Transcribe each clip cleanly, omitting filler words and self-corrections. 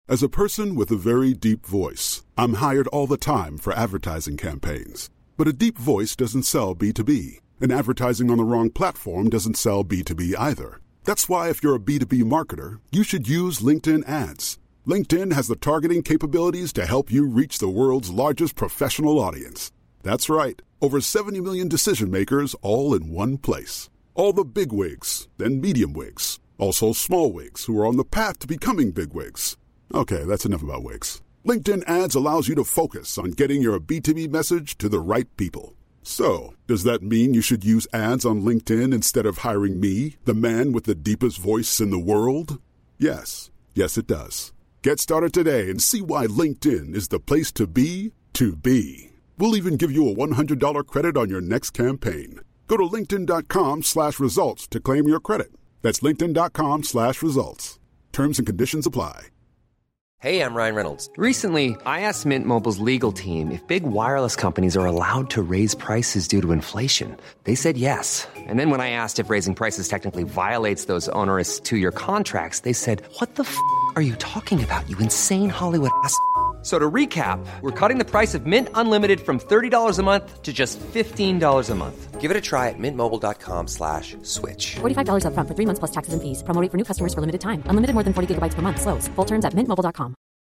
As a person with a very deep voice, I'm hired all the time for advertising campaigns. But a deep voice doesn't sell B2B, and advertising on the wrong platform doesn't sell B2B either. That's why if you're a B2B marketer, you should use LinkedIn ads. LinkedIn has the targeting capabilities to help you reach the world's largest professional audience. That's right, over 70 million decision makers all in one place. All the big wigs, then medium wigs, also small wigs who are on the path to becoming big wigs. Okay, that's enough about wigs. LinkedIn ads allows you to focus on getting your B2B message to the right people. So, does that mean you should use ads on LinkedIn instead of hiring me, the man with the deepest voice in the world? Yes. Yes, it does. Get started today and see why LinkedIn is the place to be. We'll even give you a $100 credit on your next campaign. Go to linkedin.com/results to claim your credit. That's linkedin.com/results. Terms and conditions apply. Hey, I'm Ryan Reynolds. Recently, I asked Mint Mobile's legal team if big wireless companies are allowed to raise prices due to inflation. They said yes. And then when I asked if raising prices technically violates those onerous 2-year contracts, they said, "What the are you talking about, you insane Hollywood ass?" So to recap, we're cutting the price of Mint Unlimited from $30 a month to just $15 a month. Give it a try at mintmobile.com/switch. $45 up front for 3 months plus taxes and fees. Promo rate for new customers for limited time. Unlimited more than 40 gigabytes per month. Slows full terms at mintmobile.com.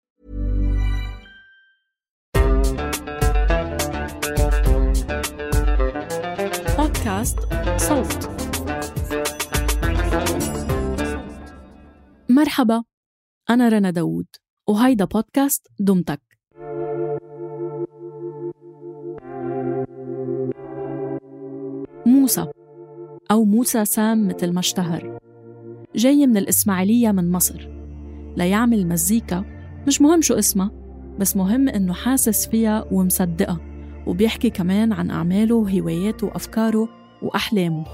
بودكاست صوت. مرحبا، أنا رنا داوود وهيدا بودكاست دمتك. موسى أو موسى سام مثل ما اشتهر، جاي من الإسماعيلية من مصر ليعمل مزيكا. مش مهم شو اسمها، بس مهم إنه حاسس فيها ومصدقها، وبيحكي كمان عن أعماله وهواياته وأفكاره وأحلامه.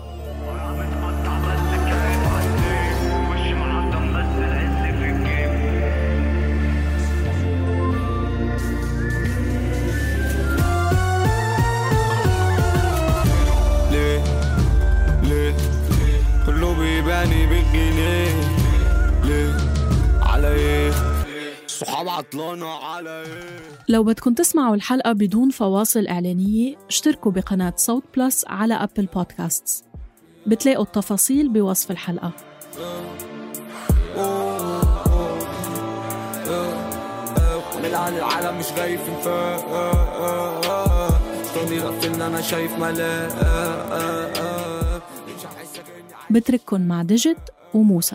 كله بيباني بالجنيه ليه على ايه الصحاب عطلانة على ايه. لو بدكم تسمعوا الحلقة بدون فواصل إعلانية، اشتركوا بقناة صوت بلس على أبل بودكاستس. بتلاقوا التفاصيل بوصف الحلقة. العالم مش غايف انفاق طولي غفلنا انا شايف ملاك. بترككن مع ديجيت وموسى.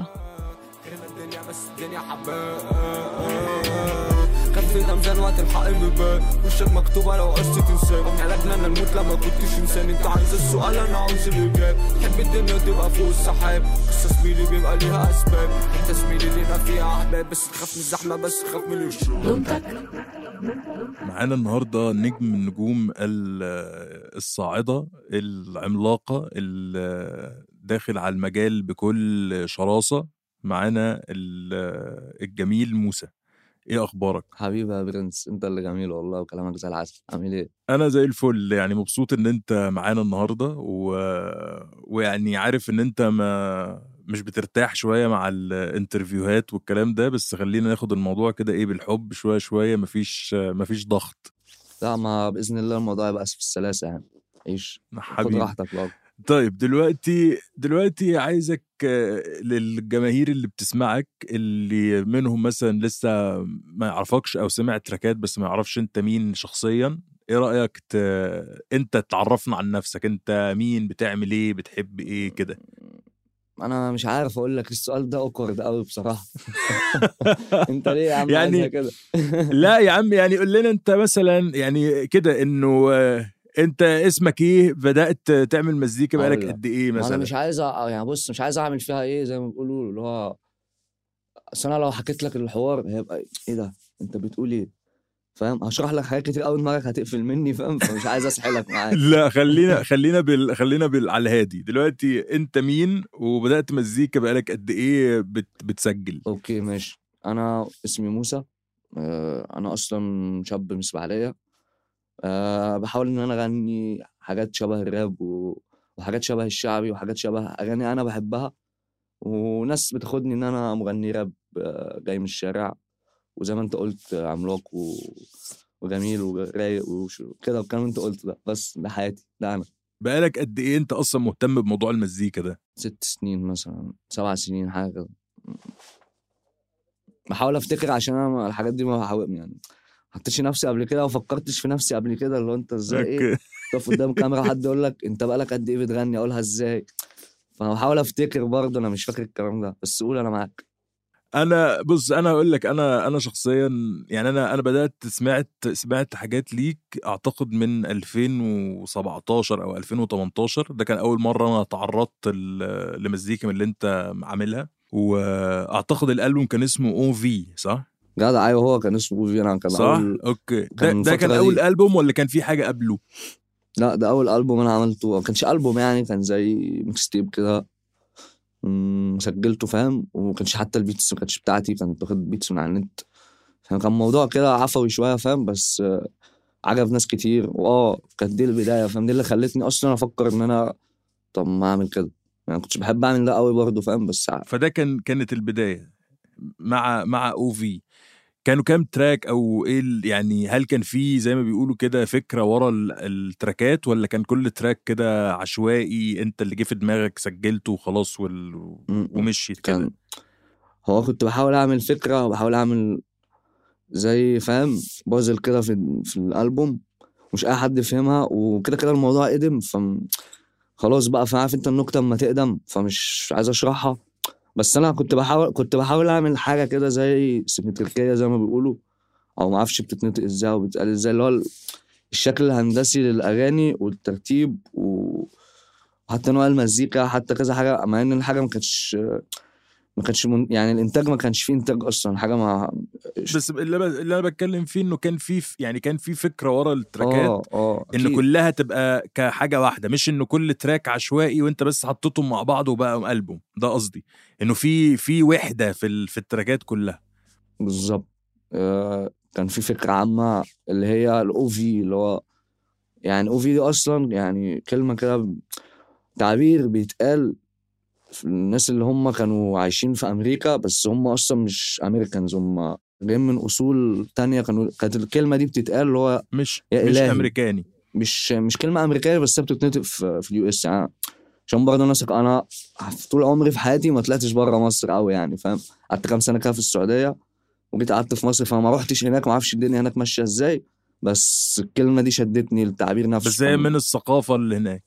خفت أمزان وقت الحق بيبان وشك مكتوبة لو قصة تنسان. علاجنا أنا الموت لما كنتش إنسان. أنت عايز السؤال أنا عاوز الإجابة. تحب الدنيا تبقى فوق السحاب. قصة زميلي بيبقى ليها أسباب. أنت زميلي لينا فيها أحباب. بس تخاف من الزحمة بس تخاف من الشغل. معانا النهاردة نجم من نجوم الصاعدة العملاقة داخل على المجال بكل شراسة. معانا الجميل موسى. ايه اخبارك؟ حبيبي يا برنس، انت اللي جميل والله وكلامك زي العسل. عامل ايه؟ انا زي الفل، يعني مبسوط ان انت معانا النهارده ويعني عارف ان انت مش بترتاح شويه مع الانترفيوهات والكلام ده، بس خلينا ناخد الموضوع كده ايه بالحب شويه مفيش ضغط. لا، ما باذن الله الموضوع يبقى في السلاسه يعني. عيش خد راحتك بقى. طيب دلوقتي عايزك للجماهير اللي بتسمعك، اللي منهم مثلا لسه ما يعرفكش او سمع تراكات بس ما يعرفش انت مين شخصيا، ايه رأيك انت تعرفنا عن نفسك؟ انت مين؟ بتعمل ايه؟ بتحب ايه كده؟ انا مش عارف اقول لك، السؤال ده اوكورد قوي بصراحه. انت ليه يا عم يعني كده؟ لا يا عم، يعني قول لنا انت مثلا يعني كده انه انت اسمك ايه؟ بدأت تعمل مزيكا بقالك قد ايه مثلا؟ انا مش عايز يعني بص، مش عايز اعمل فيها ايه زي ما بيقولوا اللي هو، اصل انا لو حكيت لك الحوار هيبقى ايه ده انت بتقول ايه، فاهم؟ هشرح لك حاجات كتير قوي دماغك هتقفل مني، فاهم؟ فمش عايز اسحلك معاك. لا خلينا على الهادي. دلوقتي انت مين وبدأت مزيكا بقالك قد ايه بتسجل؟ اوكي ماشي. انا اسمي موسى. انا اصلا شاب من اسماعيليه. بحاول ان انا اغني حاجات شبه الراب وحاجات شبه الشعبي وحاجات شبه اغاني انا بحبها، وناس بتاخدني ان انا مغني راب جاي من الشارع. وزي ما انت قلت عملاق وجميل ورايق وكده والكلام انت قلت ده. بس ده حياتي، ده انا. بقالك قد ايه انت اصلا مهتم بموضوع المزيكا ده؟ 6 سنين مثلا، 7 سنين حاجه كده. بحاول افتكر عشان انا الحاجات دي ما بحاول يعني حطيتش نفسي قبل كده وفكرتش في نفسي قبل كده، اللي هو انت ازاي ايه تقف قدام كاميرا حد يقول لك انت بقالك قد ايه بتغني، اقولها ازاي؟ فانا بحاول افتكر برضه، انا مش فاكر الكلام ده، بس قول انا معاك. انا بص، انا هقول لك، انا شخصيا يعني انا بدات سمعت حاجات ليك اعتقد من 2017 او 2018. ده كان اول مره انا تعرضت لمزيكا من اللي انت عاملها، واعتقد الالبوم كان اسمه او في، صح؟ جدع، ايوه هو كان اسمه اوفي. انا كان صح، اول اوكي. كان ده كان الفترة اول دي. البوم ولا كان في حاجه قبله؟ لا ده اول البوم انا عملته، ما كانش البوم يعني، كان زي ميكس تيب كده. سجلته فاهم، وما كانش حتى البيتس ما كانتش بتاعتي، كنت واخد بيتس من على النت. كان موضوع كده عفوي شويه فاهم، بس عجب ناس كتير. كانت دي البدايه فاهم، دي اللي خلتني اصلا افكر ان انا طب ما اعمل كده يعني. كنتش بحب اعمل ده قوي برضه فاهم، بس فده كانت البدايه مع او في. كانوا كام تراك او ايه يعني هل كان في زي ما بيقولوا كده فكرة ورا التراكات، ولا كان كل تراك كده عشوائي انت اللي جه في دماغك سجلته وخلاص ومشيت كده؟ كان هو كنت بحاول اعمل فكره، وبحاول اعمل زي فاهم بازل كده في الالبوم، مش اي حد يفهمها، وكده كده الموضوع قدم خلاص بقى، فعارف انت النكته اما تقدم، فمش عايز اشرحها. بس انا كنت بحاول اعمل حاجه كده زي سيمتريكيه زي ما بيقولوا، او ما اعرفش بتتنطق ازاي وبتقال ازاي، اللي هو الشكل الهندسي للاغاني والترتيب وحتى نوع المزيكا، حتى كذا حاجه، مع ان الحاجه ما كانش يعني الانتاج ما كانش فيه انتاج اصلا حاجه ما. بس اللي انا بتكلم فيه انه كان في يعني كان في فكرة ورا التراكات، ان اكيد. كلها تبقى كحاجة واحدة، مش انه كل تراك عشوائي وانت بس حطيتهم مع بعض وبقى ألبوم. ده قصدي انه في وحدة في التراكات كلها. بالظبط. كان في فكره عامه اللي هي الاوفي، اللي هو يعني اوفي دي اصلا يعني كلمه كده، تعبير بيتقال في الناس اللي هم كانوا عايشين في امريكا، بس هم اصلا مش امريكانز، هم جايين من اصول تانية. كانت الكلمه دي بتتقال اللي هو مش يا مش إلهي. امريكاني، مش كلمه امريكيه، بس هي بتتنطق في اليو اس يعني. عشان برضه انا طول عمري في حياتي ما طلعتش بره مصر قوي يعني فاهم. قعدت كام سنه كده في السعوديه، وجيت قعدت في مصر، فما رحتش هناك، ما اعرفش الدنيا هناك ماشيه ازاي، بس الكلمه دي شدتني، التعبير نفسه بس هي من الثقافة اللي هناك.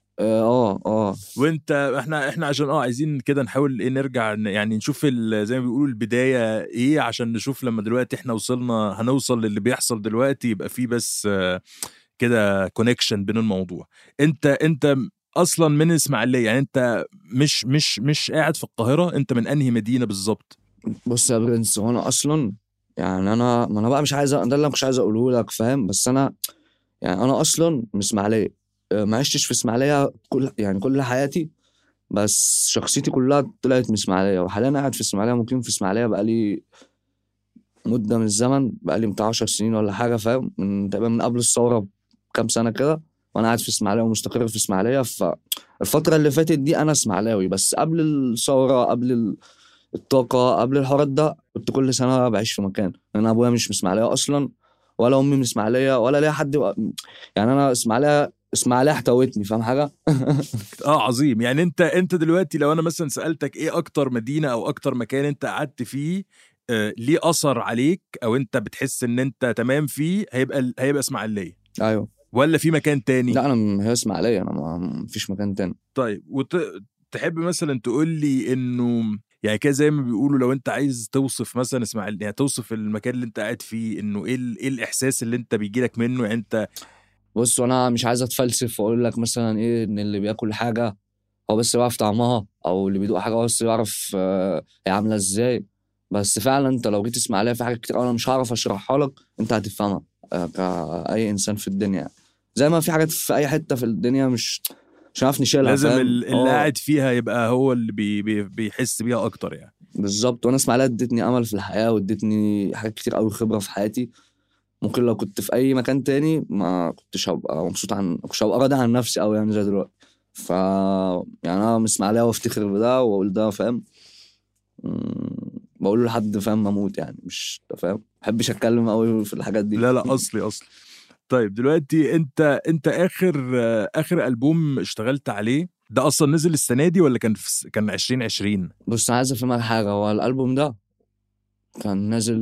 وانت احنا عشان عايزين كده نحاول ايه نرجع يعني نشوف زي ما بيقولوا البداية ايه، عشان نشوف لما دلوقتي احنا هنوصل للي بيحصل دلوقتي، يبقى فيه بس كده كونكشن بين الموضوع. انت اصلا من اسماعيلية يعني، انت مش قاعد في القاهرة، انت من انهي مدينة بالظبط؟ بص يا برنس، هو انا اصلا يعني ما انا بقى مش عايز، ده اللي مش عايز اقوله لك فاهم، بس انا يعني انا اصلا من اسماعيليه. ما عشتش في اسماعيليه كل حياتي، بس شخصيتي كلها طلعت من اسماعيليه، وحاليا قاعد في اسماعيليه، ممكن في اسماعيليه بقالي مده من الزمن، بقالي بتاع 10 سنين ولا حاجه فاهم، تقريبا من قبل الثوره بكام سنه كده، وانا قاعد في اسماعيليه ومستقر في اسماعيليه. فالفتره اللي فاتت دي انا اسماعيلاوي، بس قبل الثوره، قبل الطاقه، قبل الحوارات ده، كنت كل سنه بعيش في مكان. انا ابويا مش من اسماعيليه اصلا، ولا امي من اسماعيليه، ولا ليا حد يعني انا اسماعيليه احتوتني فاهم حاجه. عظيم. يعني انت دلوقتي لو انا مثلا سألتك ايه اكتر مدينة او اكتر مكان انت قعدت فيه ليه اثر عليك، او انت بتحس ان انت تمام فيه، هيبقى اسماعيلية؟ ايوه. ولا في مكان تاني؟ لا هي اسماعيليه، انا ما فيش مكان تاني. طيب، تحب مثلا تقول لي انه يعني كده زي ما بيقولوا، لو انت عايز توصف مثلا اسماعيلية، يعني توصف المكان اللي انت قاعد فيه، انه ايه الاحساس اللي انت بيجيلك منه يعني انت؟ بص، انا مش عايز اتفلسف واقول لك مثلا ايه، ان اللي بياكل حاجه هو بس بيعرف طعمها، او اللي بيدوق حاجه هو بس بيعرف هي عامله ازاي. بس فعلا انت لو جيت اسماعيليه في حاجات كتير انا مش هعرف اشرحها لك، انت هتفهمها كاي انسان في الدنيا يعني. زي ما في حاجات في اي حته في الدنيا مش هنعرف نشيلها لازم فاهم. اللي قاعد فيها يبقى هو اللي بيحس بيها اكتر يعني. بالظبط. وانا اسماعيليه ادتني امل في الحياه، وادتني حاجات كتير قوي، خبره في حياتي. ممكن لو كنت في اي مكان تاني ما كنتش هبقى مبسوط، كنتش هبقى راضي عن نفسي قوي يعني زي دلوقتي. يعني انا من اسماعيليه وافتخر بده واقول ده فاهم. بقوله لحد فاهم اموت يعني، مش فاهم، بحبش اتكلم قوي في الحاجات دي. لا اصلي. طيب دلوقتي انت اخر ألبوم اشتغلت عليه ده اصلا نزل السنه دي ولا كان 2020؟ بص عايز افهمك حاجه، هو الالبوم ده كان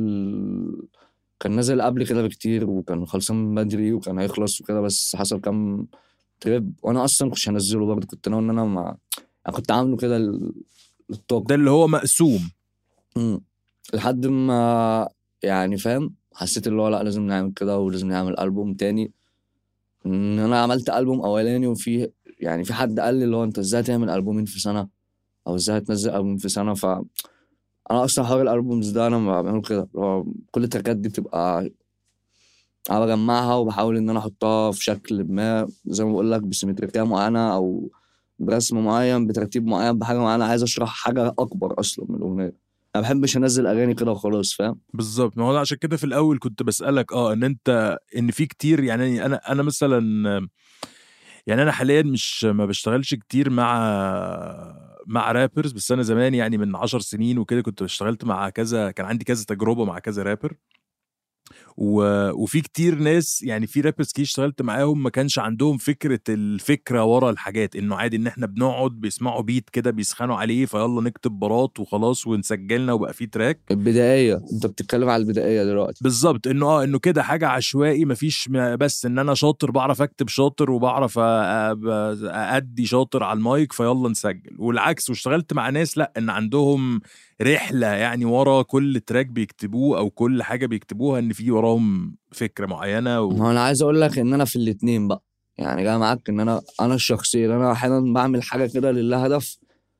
نازل قبل كده بكتير، وكان خلصان من بدري وكان هيخلص وكده، بس حصل كام تريب، وانا اصلا كنتش هنزله برضه، كنت ناوي ان انا أنا كنت عامله كده للطاقه ده اللي هو مقسوم. لحد ما يعني فاهم، حسيت اللي هو لا لازم نعمل كده ولازم نعمل ألبوم تاني. ان انا عملت ألبوم اولاني، وفي يعني في حد قال لي اللي هو انت ازاي تعمل ألبومين في سنة، او ازاي تنزل ألبوم في سنة. ف انا اصلا حوار الألبومز ده انا ما بعمله كده، اللي هو كل التراكات دي بتبقى انا بجمعها وبحاول ان انا احطها في شكل ما، زي ما بقول لك بسيمتريكية معينة او برسم معين بترتيب معين بحاجة معينة، عايز اشرح حاجة اكبر اصلا من الأغنية. انا ما بحبش انزل اغاني كده وخلاص، فاهم؟ بالظبط، ما هو عشان كده في الاول كنت بسالك ان في كتير، يعني انا مثلا، يعني انا حاليا مش ما بشتغلش كتير مع رابرز، بس انا زمان يعني من 10 سنين وكده كنت اشتغلت مع كذا، كان عندي كذا تجربه مع كذا رابر. وفي كتير ناس، يعني في رابرز كتير اشتغلت معاهم ما كانش عندهم الفكره ورا الحاجات، انه عادي ان احنا بنقعد بيسمعوا بيت كده بيسخنوا عليه فيلا نكتب برات وخلاص ونسجلنا وبقى فيه تراك. البدائية، انت بتتكلم على البدائية دلوقتي. بالظبط، انه كده حاجه عشوائي، مفيش بس ان انا شاطر بعرف اكتب شاطر وبعرف ادي شاطر على المايك فيلا نسجل، والعكس. واشتغلت مع ناس لا، ان عندهم رحله يعني ورا كل تراك بيكتبوه او كل حاجه بيكتبوها، ان في وراهم فكره معينه هو انا عايز اقول لك ان انا في الاتنين بقى، يعني جاي معاك ان انا الشخصيه اللي انا احيانا بعمل حاجه كده لله هدف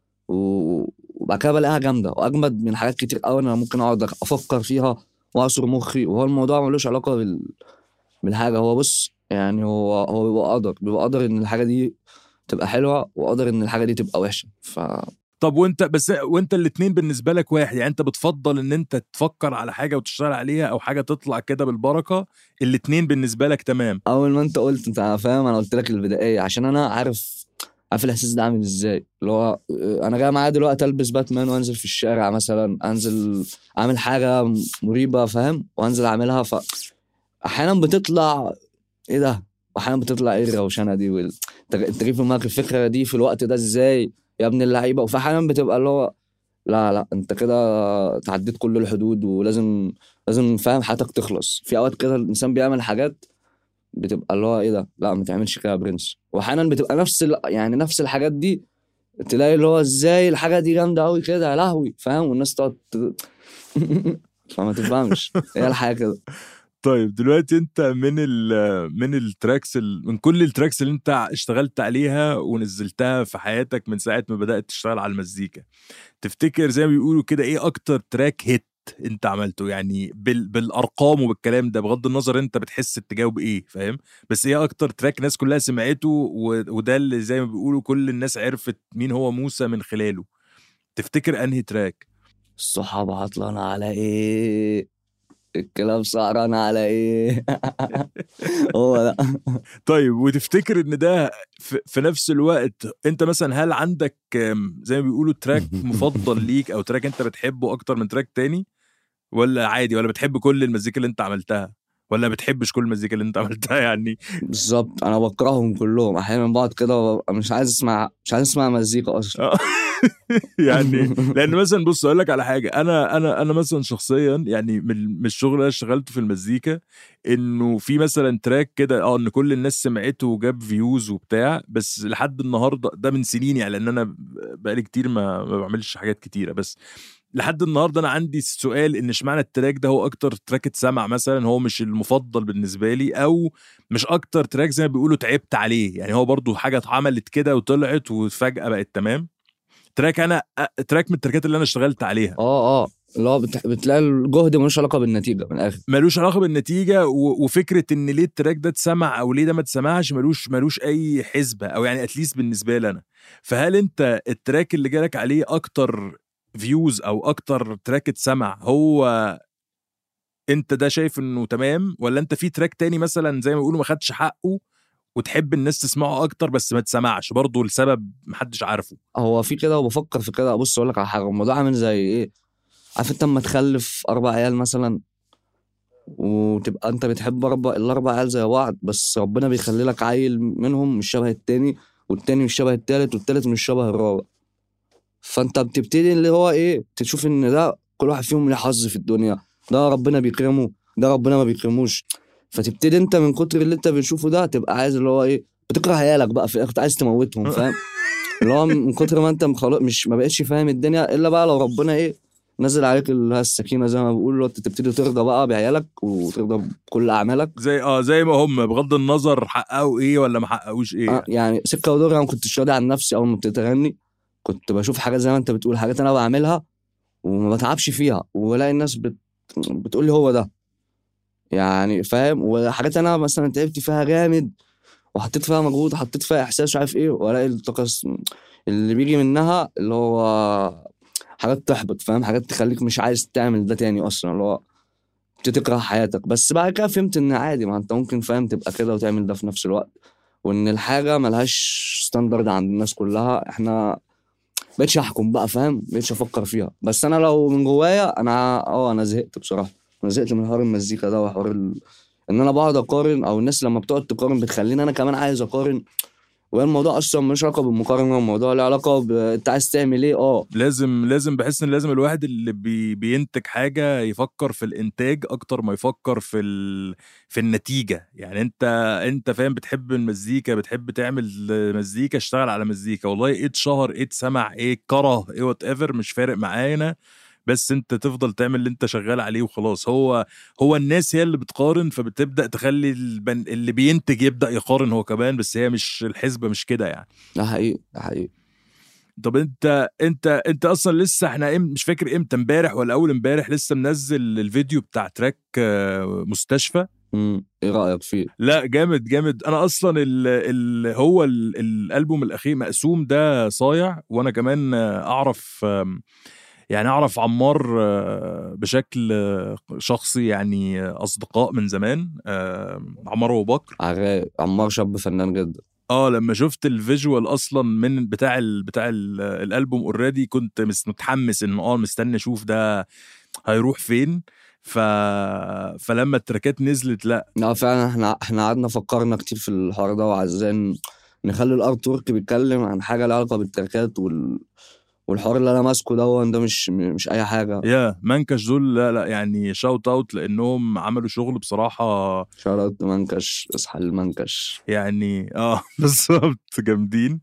وبعد كده بلاقيها جامده واجمد من حاجات كتير قوي انا ممكن اقعد افكر فيها واعصر مخي، وهو الموضوع ملوش علاقه بالحاجه. هو بص يعني هو بيبقى قدر ان الحاجه دي تبقى حلوه، وقدر ان الحاجه دي تبقى وحشه. طب وانت الاتنين بالنسبه لك واحد؟ يعني انت بتفضل ان انت تفكر على حاجه وتشتغل عليها، او حاجه تطلع كده بالبركه؟ الاتنين بالنسبه لك تمام؟ اول ما انت قلت انت فاهم، انا قلت لك البدائيه عشان انا عارف الاحساس ده عامل ازاي، اللي هو انا جاي معايا دلوقتي البس باتمان وانزل في الشارع مثلا، انزل اعمل حاجه مريبه فاهم، وانزل اعملها، احيانا بتطلع ايه ده، واحيانا بتطلع ايه الروشنه دي انت جايب في دماغك الفكره دي في الوقت ده ازاي يا ابن اللعيبه. وفي احيانا بتبقى اللي هو لا انت كده تعديت كل الحدود، لازم فاهم حياتك تخلص. في اوقات كده الانسان بيعمل حاجات بتبقى اللي هو ايه ده، لا ما تعملش كده يا برنس. واحيانا بتبقى يعني نفس الحاجات دي تلاقي اللي هو ازاي الحاجه دي جامده قوي كده يا لهوي، فاهم؟ والناس تقعد فما تفهمش هي الحاجه كده. طيب دلوقتي انت من التراكس من كل التراكس اللي انت اشتغلت عليها ونزلتها في حياتك من ساعه ما بدات تشتغل على المزيكا، تفتكر زي ما بيقولوا كده ايه اكتر تراك هيت انت عملته؟ يعني بالارقام وبالكلام ده، بغض النظر انت بتحس تجاوب ايه، فاهم؟ بس ايه اكتر تراك الناس كلها سمعته وده اللي زي ما بيقولوا كل الناس عرفت مين هو موسى من خلاله؟ تفتكر انهي تراك؟ الصحاب عطلانة على ايه، الكلام سهران على ايه هو ده. طيب وتفتكر ان ده في نفس الوقت انت مثلا هل عندك زي ما بيقولوا تراك مفضل ليك، او تراك انت بتحبه اكتر من تراك تاني، ولا عادي، ولا بتحب كل المزيكا اللي انت عملتها، ولا بتحبش كل المزيكا اللي انت عملتها يعني؟ بالظبط، انا بكرههم كلهم، احيانا بقعد كده وببقى مش عايز اسمع مزيكا اصلا. يعني لان مثلا بص اقول لك على حاجه، انا مثلا شخصيا يعني من الشغل اللي انا اشتغلته في المزيكا، انه في مثلا تراك كده ان كل الناس سمعته وجاب فيوز وبتاع، بس لحد النهارده ده من سنين يعني، لان انا بقالي كتير ما بعملش حاجات كتيره، بس لحد النهارده انا عندي سؤال، ان اشمعنى التراك ده هو اكتر تراك اتسمع مثلا، هو مش المفضل بالنسبه لي، او مش اكتر تراك زي ما بيقولوا تعبت عليه، يعني هو برضو حاجه اتعملت كده وطلعت وفجاه بقت تمام. تراك من التراكات اللي انا اشتغلت عليها. اللي هو بتلاقي الجهد ملوش علاقه بالنتيجه من الاخر، ملوش علاقه بالنتيجه، وفكره ان ليه التراك ده اتسمع او ليه ده ما اتسمعش ملوش اي حسبه، او يعني اتليست بالنسبه لي انا. فهل انت التراك اللي جالك عليه اكتر فيوز او اكتر تراك اتسمع هو انت ده شايف انه تمام، ولا انت في تراك تاني مثلا زي ما بيقولوا ما خدش حقه وتحب الناس تسمعه اكتر بس ما تسمعش برضه لسبب محدش عارفه؟ هو في كده وبفكر في كده. بص اقول لك على حاجه، الموضوع عامل زي ايه، عارف انت لما تخلف 4 عيال مثلا وتبقى انت بتحب ال4 عيال زي بعض، بس ربنا بيخلي لك عيل منهم مش شبه التاني، والتاني مش شبه التالت، والتالت مش شبه الرابع. فانت بتبتدي اللي هو ايه، تشوف ان ده كل واحد فيهم له حظ في الدنيا، ده ربنا بيكرمه، ده ربنا ما بيكرموش. فتبتدي انت من كتر اللي انت بتشوفه ده تبقى عايز اللي هو ايه، بتكره عيالك بقى في الاخر، عايز تموتهم، فاهم؟ اللي هو من كتر ما انت خلاص مش ما بقتش فاهم الدنيا، الا بقى لو ربنا ايه نزل عليك السكينه زي ما بيقولوا، انت تبتدي ترضى بقى بعيالك وترضى بكل اعمالك. زي ما هم بغض النظر حققوا ايه ولا ما حققوش ايه. يعني سكه ودور. انا ما كنتش راضي عن نفسي اول ما ابتديت اغني، كنت بشوف حاجات زي ما انت بتقول، حاجات انا بعملها وما بتعبش فيها، ولاقي الناس بتقول لي هو ده يعني، فاهم؟ وحاجات انا مثلا تعبت فيها جامد وحطيت فيها مجهود وحطيت فيها احساس مش عارف ايه، والاقي الطاقه اللي بيجي منها اللي هو حاجات تحبط، فاهم؟ حاجات تخليك مش عايز تعمل ده تاني اصلا، اللي هو بتكره حياتك. بس بعد كده فهمت ان عادي، ما انت ممكن فاهم تبقى كده وتعمل ده في نفس الوقت، وان الحاجه ملهاش ستاندرد عند الناس كلها. احنا بقيتش احكم بقى، فاهم؟ بقيتش افكر فيها. بس انا لو من جوايا انا زهقت بصراحه، انا زهقت من حوار المزيكا ده وحوار ان انا بقعد اقارن، او الناس لما بتقعد تقارن بتخليني انا كمان عايز اقارن. وهي الموضوع اصلا مش علاقه بالمقارنه، الموضوع له علاقه انت عايز تعمل ايه. لازم بحس ان لازم الواحد اللي بينتج حاجه يفكر في الانتاج اكتر ما يفكر في النتيجه. يعني انت فاهم، بتحب المزيكا، بتحب تعمل مزيكا، اشتغل على مزيكا، والله ايه اتشهر، ايه اتسمع، ايه كره، ايه وات ايفر، مش فارق معانا. بس انت تفضل تعمل اللي انت شغال عليه وخلاص. هو الناس هي اللي بتقارن، فبتبدا تخلي اللي بينتج يبدا يقارن هو كمان، بس هي مش الحسبه مش كده يعني. ده حقيقي، ده حقيقي. طب انت اصلا لسه احنا مش فاكر امتى، امبارح ولا اول امبارح، لسه منزل الفيديو بتاع تراك مستشفى. ايه رايك فيه؟ لا جامد جامد. انا اصلا هو الالبوم الاخير مقسوم ده صايع، وانا كمان اعرف يعني اعرف عمار بشكل شخصي، يعني اصدقاء من زمان، عمار وبكر. عمار شاب فنان جدا. لما شفت الفيجوال اصلا من بتاع الالبوم اوريدي، كنت متحمس ان مستني اشوف ده هيروح فين. فلما التراكات نزلت لا فعلا احنا قعدنا فكرنا كتير في الحوار ده، وعايزين نخلي الارت ورك بيتكلم عن حاجه لها علاقه بالتراكات والحوار اللي انا ماسكه ده مش اي حاجه. يا منكش دول، لا يعني شاوت اوت، لانهم عملوا شغل بصراحه. شاوت اوت منكش، اصحى المنكش يعني بالظبط جامدين.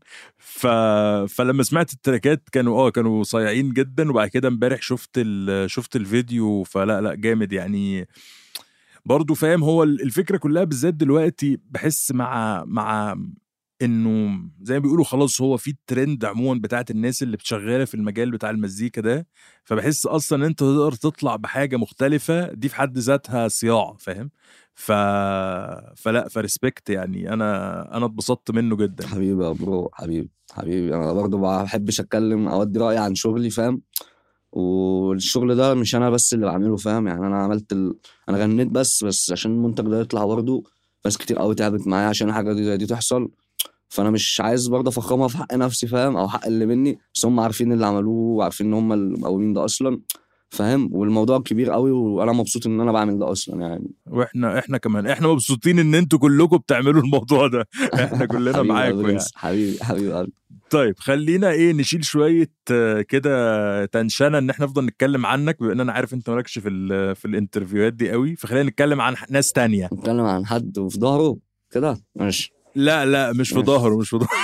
فلما سمعت التراكات كانوا صايعين جدا. وبعد كده امبارح شفت الفيديو، فلا جامد يعني. برضو فاهم، هو الفكره كلها بالذات دلوقتي بحس مع انه زي ما بيقولوا خلاص، هو في الترند عموما بتاعت الناس اللي بتشغله في المجال بتاع المزيكا ده. فبحس اصلا انت تقدر تطلع بحاجه مختلفه، دي في حد ذاتها صياعه، فاهم؟ فلا فريسبكت يعني. انا اتبسطت منه جدا. حبيبي يا برو، حبيبي انا برضو ما بحبش اتكلم اودي رايي عن شغلي، فاهم؟ والشغل ده مش انا بس اللي بعمله، فاهم؟ يعني انا انا غنيت بس عشان المنتج ده يطلع برضو. ناس كتير قوي تعبت معايا عشان الحاجه دي تحصل. فانا مش عايز برضه افخمها في حق نفسي، فاهم؟ او حق اللي مني، بس هم عارفين اللي عملوه وعارفين ان هم المقاولين ده اصلا، فاهم؟ والموضوع كبير قوي، وانا مبسوط ان انا بعمل ده اصلا يعني. واحنا كمان احنا مبسوطين ان انتوا كلكم بتعملوا الموضوع ده. احنا كلنا معاكم يعني. حبيبي. طيب خلينا نشيل شويه كده تنشنه ان احنا نفضل نتكلم عنك، بما ان انا عارف انت مالكش في الانترفيوهات دي قوي. فخلينا نتكلم عن ناس تانية. نتكلم عن حد وفي ظهره كده، ماشي؟ لا مش في ظهره، مش في ظهره.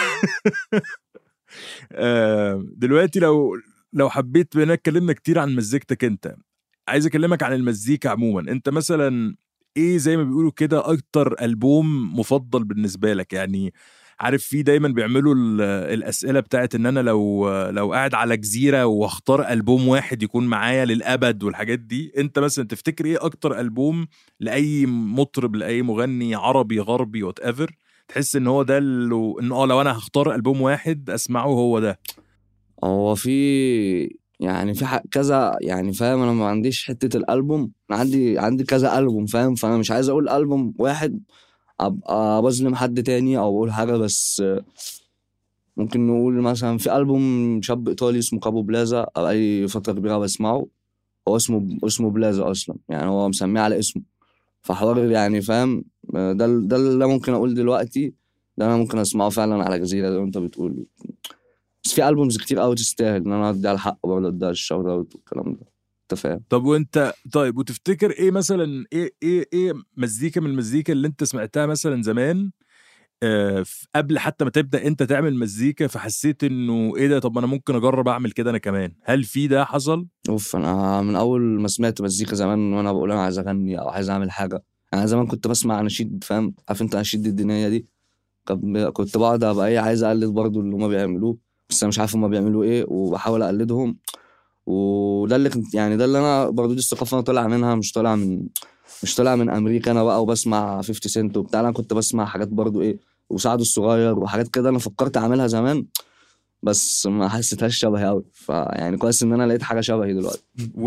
دلوقتي لو حبيت، بما انك اتكلمنا كتير عن مزيكتك، انت عايز اكلمك عن المزيكا عموما. انت مثلا ايه زي ما بيقولوا كده اكتر ألبوم مفضل بالنسبة لك؟ يعني عارف في دايما بيعملوا الأسئلة بتاعت ان انا لو قاعد على جزيرة واختار ألبوم واحد يكون معايا للأبد والحاجات دي. انت مثلا تفتكر ايه اكتر ألبوم لأي مطرب، لأي مغني عربي غربي وات ايفر، تحس ان هو ده لو انا هختار ألبوم واحد اسمعه هو ده؟ هو في يعني في كذا يعني، فاهم؟ انا ما عنديش حتة الألبوم، انا عندي كذا ألبوم، فاهم؟ فانا مش عايز اقول ألبوم واحد ابقى بظلم حد تاني او اقول حاجة. بس ممكن نقول مثلا في ألبوم شاب ايطالي اسمه كابو بلازا، اي فترة كبيرة بسمعه. هو اسمه بلازا اصلا، يعني هو مسميه على اسمه. فحوار يعني فاهم، ده اللي ممكن اقول دلوقتي، ده انا ممكن اسمعه فعلا على جزيره زي ما انت بتقول. بس في البومز كتير قوي تستاهل ان انا ادي على الحق برضه، ادي على الشوت اوت والكلام ده، انت فاهم. طب وانت طيب، وتفتكر ايه مثلا، ايه مزيكا من المزيكا اللي انت سمعتها مثلا زمان قبل حتى ما تبدا انت تعمل مزيكا، فحسيت انه ايه ده، طب انا ممكن اجرب اعمل كده انا كمان؟ هل في ده حصل؟ انا من اول ما سمعت مزيكا زمان وانا بقول انا عايز اغني او عايز اعمل حاجه. انا زمان كنت بسمع اناشيد، فاهم، عارف انت اناشيد الدينيه دي. كنت بقعد ابقى ايه، عايز اقلد برضو اللي هما بيعملوه، بس انا مش عارف هما بيعملوا ايه، وبحاول اقلدهم. وده اللي كنت يعني، ده اللي انا برضو، دي الثقافه انا طالع منها، مش طالع من امريكا انا بقى وبسمع 50 سنت وبتاع. انا كنت بسمع حاجات برضو ايه، وسعد الصغير وحاجات كده، انا فكرت اعملها زمان بس ما حسيتهاش شبهي قوي. فيعني كويس ان انا لقيت حاجه شبهي دلوقتي.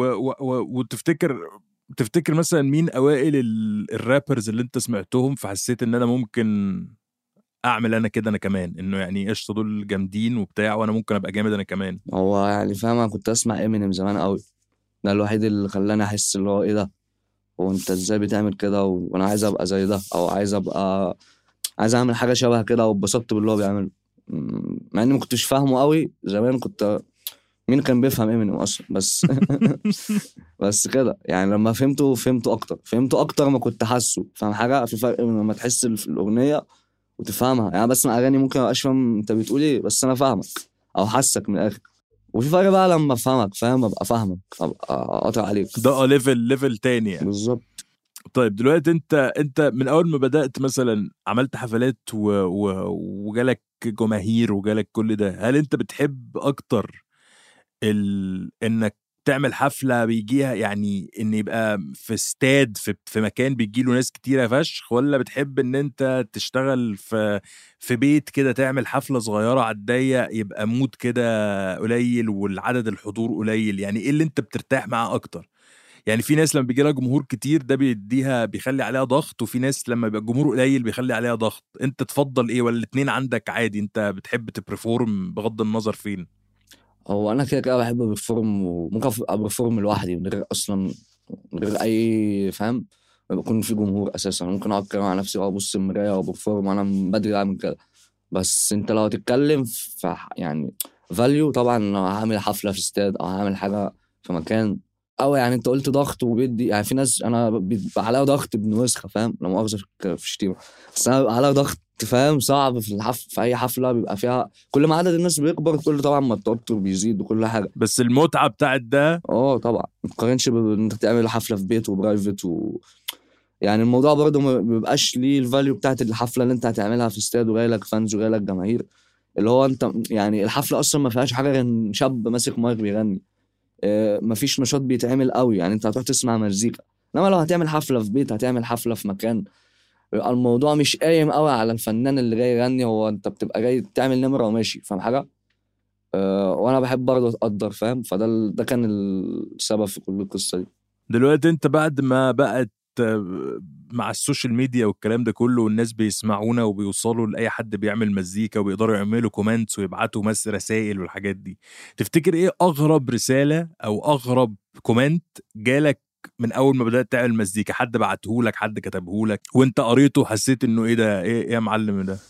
تفتكر مثلا مين اوائل الرابرز اللي انت سمعتهم فحسيت ان انا ممكن اعمل انا كده انا كمان، انه يعني قشطه دول جامدين وبتاع وانا ممكن ابقى جامد انا كمان؟ هو يعني فاهم، انا كنت اسمع امينيم زمان قوي، ده الوحيد اللي خلاني احس اللي هو ايه ده، هو انت ازاي بتعمل كده، وانا عايز ابقى زي ده، او عايز اعمل حاجه شبه كده، واتبسطت باللي هو بيعمله. مع اني ما كنتش فاهمه قوي زمان، مين كان بيفهم امينيم اصلا؟ بس بس كده يعني، لما فهمته اكتر ما كنت حاسه. فاهم حاجه؟ في فرق من لما تحس في الاغنيه وتفهمها. يعني بسمع اغاني ممكن مبقاش فاهم انت بتقول ايه، بس انا فاهمك او حاسك من الاخر. وفي فرق بقى لما افهمك، فاهم، ابقى فاهمك، ابقى قاطع عليك. ده ليفل تاني يعني. بالظبط. طيب دلوقتي انت من اول ما بدأت مثلا عملت حفلات وجالك جماهير وجالك كل ده، هل انت بتحب اكتر انك تعمل حفلة بيجيها، يعني ان يبقى في استاد في مكان بيجيله ناس كتيرة فشخ، ولا بتحب ان انت تشتغل في بيت كده تعمل حفلة صغيرة على الضيق يبقى مود كده قليل والعدد الحضور قليل؟ يعني ايه اللي انت بترتاح معاه اكتر؟ يعني في ناس لما بيجي لها جمهور كتير ده بيخلي عليها ضغط، وفي ناس لما يبقى الجمهور قليل بيخلي عليها ضغط. انت تفضل ايه، ولا الاتنين عندك عادي؟ انت بتحب تبرفورم بغض النظر فين؟ هو انا كده بحب برفورم، وممكن ابقى برفورم لوحدي من غير اصلا، من غير اي فاهم، ما بيكون في جمهور اساسا. ممكن اقعد كده مع نفسي وابص المرايه وبرفورم، انا من بدري اعمل كده. بس انت لو هتتكلم في يعني فاليو، طبعا لو هعمل حفله في استاد او هعمل حاجه في مكان، او يعني انت قلت ضغط وبيدي، يعني في ناس انا بيبقى عليها ضغط ابن وسخه، فاهم، لا مؤاخذه في الشتيمه، بس انا بيبقى عليها ضغط، فاهم، صعب في اي حفله بيبقى فيها. كل ما عدد الناس بيكبر، كل طبعا ما التوتر بيزيد وكل حاجه. بس المتعة بتاعت ده طبعا ما تقارنش انك تعمل حفله في بيت وبرايفت يعني الموضوع برضه ما بيبقاش ليه الفاليو بتاعت الحفله اللي انت هتعملها في استاد وجاي لك فانز وجاي لك جماهير، اللي هو انت يعني الحفله اصلا ما فيهاش حاجه غير شاب ماسك مايك بيغني. مفيش نشاط بيتعمل قوي، يعني انت هتروح تسمع مزيكا. انما لو هتعمل حفله في بيت، هتعمل حفله في مكان، الموضوع مش قايم قوي على الفنان اللي جاي يغني، هو انت بتبقى جاي تعمل نمره وماشي، فاهم حاجه. وانا بحب برضه اتقدر، فاهم، ده كان السبب في كل القصه دي. دلوقتي انت بعد ما بقت مع السوشيال ميديا والكلام ده كله، والناس بيسمعونا وبيوصلوا لأي حد بيعمل مزيكا وبيقدروا يعملوا كومنتس ويبعتوا رسائل والحاجات دي، تفتكر ايه أغرب رسالة أو أغرب كومنت جالك من أول ما بدأت تعمل مزيكا؟ حد بعتهولك، حد كتبهولك وانت قريته وحسيت انه ايه ده، ايه يا معلم ده؟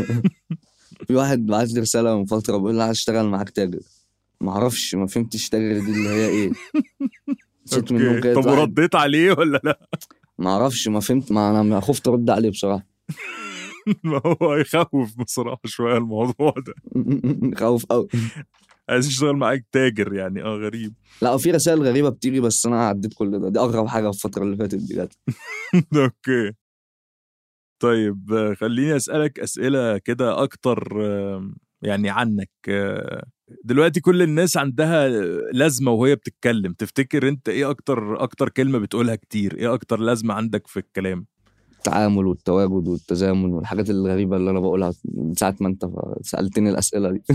في واحد بعت لي رساله من فتره بيقول لي عايز اشتغل معاك تاجر. ما اعرفش، ما فهمتش تاجر دي اللي هي ايه. نسيت منهم كده. طب ورديت عليه ولا لا؟ ما اعرفش، ما فهمت، ما انا خفت ارد عليه بصراحه. ما هو يخوف بصراحه شويه الموضوع ده. خوف قوي. عايز اشتغل معاك تاجر يعني، غريب. لا، في رسائل غريبه بتيجي، بس انا عديت كل ده. دي اغرب حاجه في الفتره اللي فاتت دي جت. اوكي طيب، خليني اسالك اسئله كده اكتر يعني عنك. دلوقتي كل الناس عندها لازمه وهي بتتكلم، تفتكر انت ايه اكتر كلمه بتقولها كتير؟ ايه اكتر لازمه عندك في الكلام؟ التعامل والتواجد والتزامن والحاجات الغريبه اللي انا بقولها من ساعه ما انت سالتني الاسئله دي.